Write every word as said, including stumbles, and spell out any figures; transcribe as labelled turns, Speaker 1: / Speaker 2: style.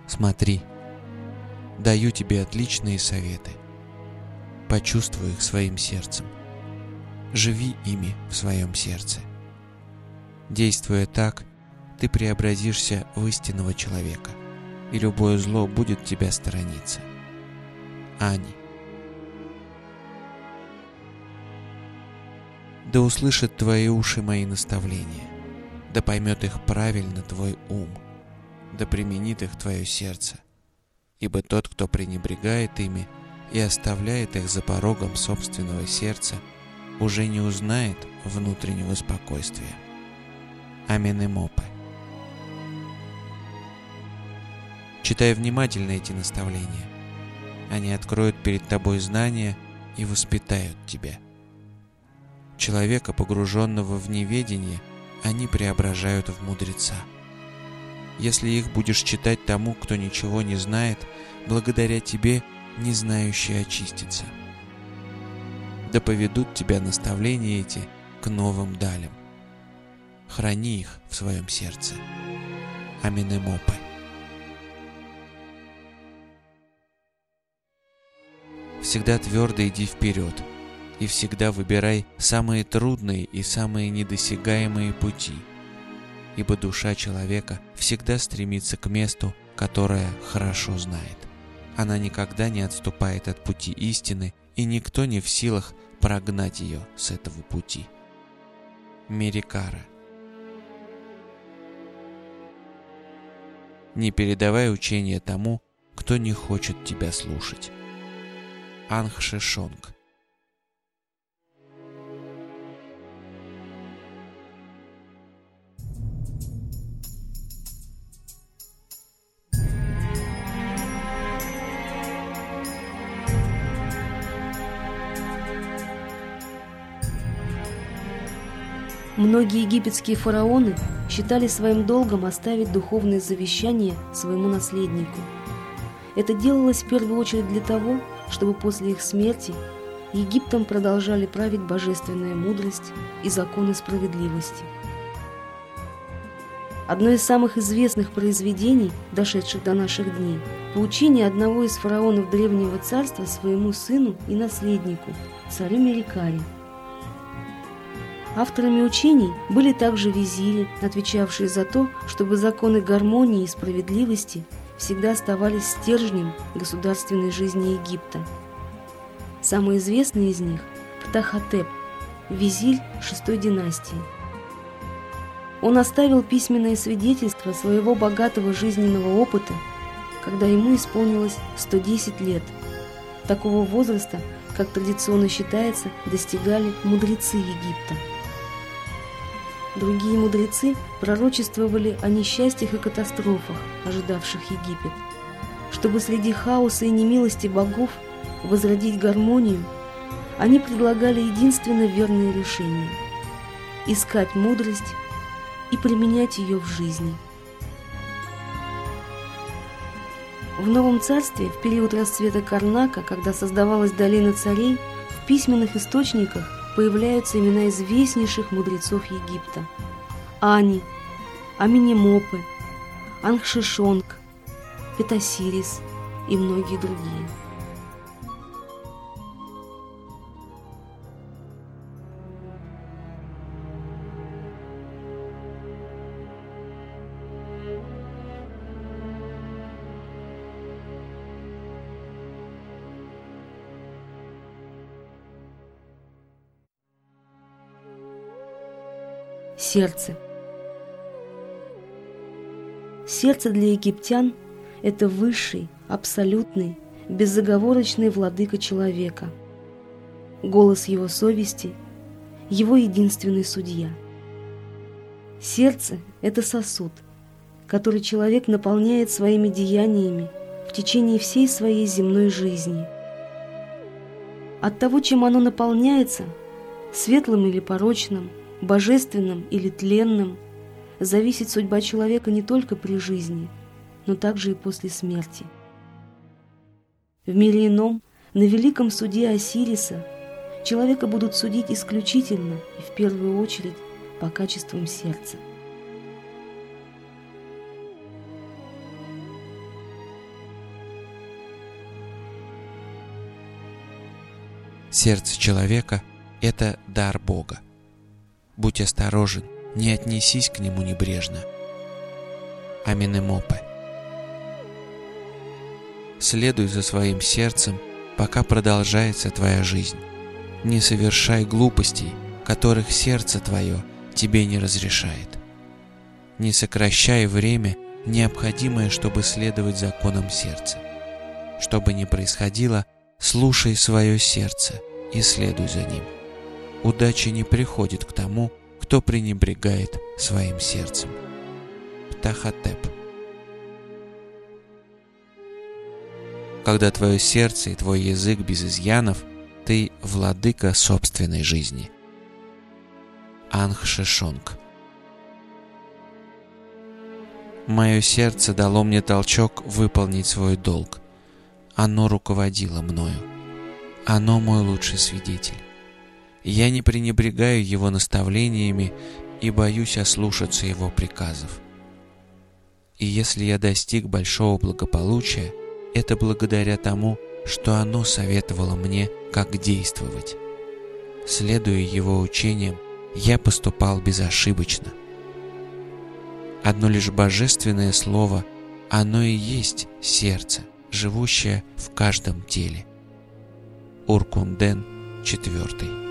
Speaker 1: Смотри, даю тебе отличные советы. Почувствуй их своим сердцем. Живи ими в своем сердце. Действуя так, ты преобразишься в истинного человека, и любое зло будет тебя сторониться. Ани. Да услышат твои уши мои наставления, да поймет их правильно твой ум, да применит их твое сердце. Ибо тот, кто пренебрегает ими и оставляет их за порогом собственного сердца, уже не узнает внутреннего спокойствия. Аменемопе. Читай внимательно эти наставления. Они откроют перед тобой знания и воспитают тебя. Человека, погруженного в неведение, они преображают в мудреца. Если их будешь читать тому, кто ничего не знает, благодаря тебе не знающий очистится. Да поведут тебя наставления эти к новым далям. Храни их в своем сердце. Аменемопе. Всегда твердо иди вперед и всегда выбирай самые трудные и самые недосягаемые пути, ибо душа человека всегда стремится к месту, которое хорошо знает. Она никогда не отступает от пути истины, и никто не в силах прогнать ее с этого пути. Мирикара. Не передавай учение тому, кто не хочет тебя слушать. Ангшешонг.
Speaker 2: Многие египетские фараоны считали своим долгом оставить духовное завещание своему наследнику. Это делалось в первую очередь для того, чтобы после их смерти Египтом продолжали править божественная мудрость и законы справедливости. Одно из самых известных произведений, дошедших до наших дней, поучение одного из фараонов Древнего Царства своему сыну и наследнику, царю Мирикаре. Авторами учений были также визири, отвечавшие за то, чтобы законы гармонии и справедливости всегда оставались стержнем государственной жизни Египта. Самый известный из них – Птахотеп, визирь шестой династии. Он оставил письменное свидетельство своего богатого жизненного опыта, когда ему исполнилось сто десять лет. Такого возраста, как традиционно считается, достигали мудрецы Египта. Другие мудрецы пророчествовали о несчастьях и катастрофах, ожидавших Египет. Чтобы среди хаоса и немилости богов возродить гармонию, они предлагали единственно верное решение – искать мудрость и применять ее в жизни. В Новом Царстве, в период расцвета Карнака, когда создавалась долина царей, в письменных источниках появляются имена известнейших мудрецов Египта – Ани, Аменемопе, Ангшешонг, Петасирис и многие другие. Сердце. Сердце для египтян – это высший, абсолютный, безоговорочный владыка человека. Голос его совести – его единственный судья. Сердце – это сосуд, который человек наполняет своими деяниями в течение всей своей земной жизни. От того, чем оно наполняется – светлым или порочным, божественным или тленным, зависит судьба человека не только при жизни, но также и после смерти. В мире ином, на великом суде Осириса, человека будут судить исключительно и в первую очередь по качествам сердца.
Speaker 1: Сердце человека – это дар Бога. Будь осторожен, не отнесись к нему небрежно. Аминемопе. Следуй за своим сердцем, пока продолжается твоя жизнь. Не совершай глупостей, которых сердце твое тебе не разрешает. Не сокращай время, необходимое, чтобы следовать законам сердца. Что бы ни происходило, слушай свое сердце и следуй за ним. Удача не приходит к тому, кто пренебрегает своим сердцем. Птахотеп. Когда твое сердце и твой язык без изъянов, ты владыка собственной жизни. Анх Шишонг. Мое сердце дало мне толчок выполнить свой долг. Оно руководило мною. Оно мой лучший свидетель. Я не пренебрегаю его наставлениями и боюсь ослушаться его приказов. И если я достиг большого благополучия, это благодаря тому, что оно советовало мне, как действовать. Следуя его учениям, я поступал безошибочно. Одно лишь божественное слово, оно и есть сердце, живущее в каждом теле. Уркунден четвертый.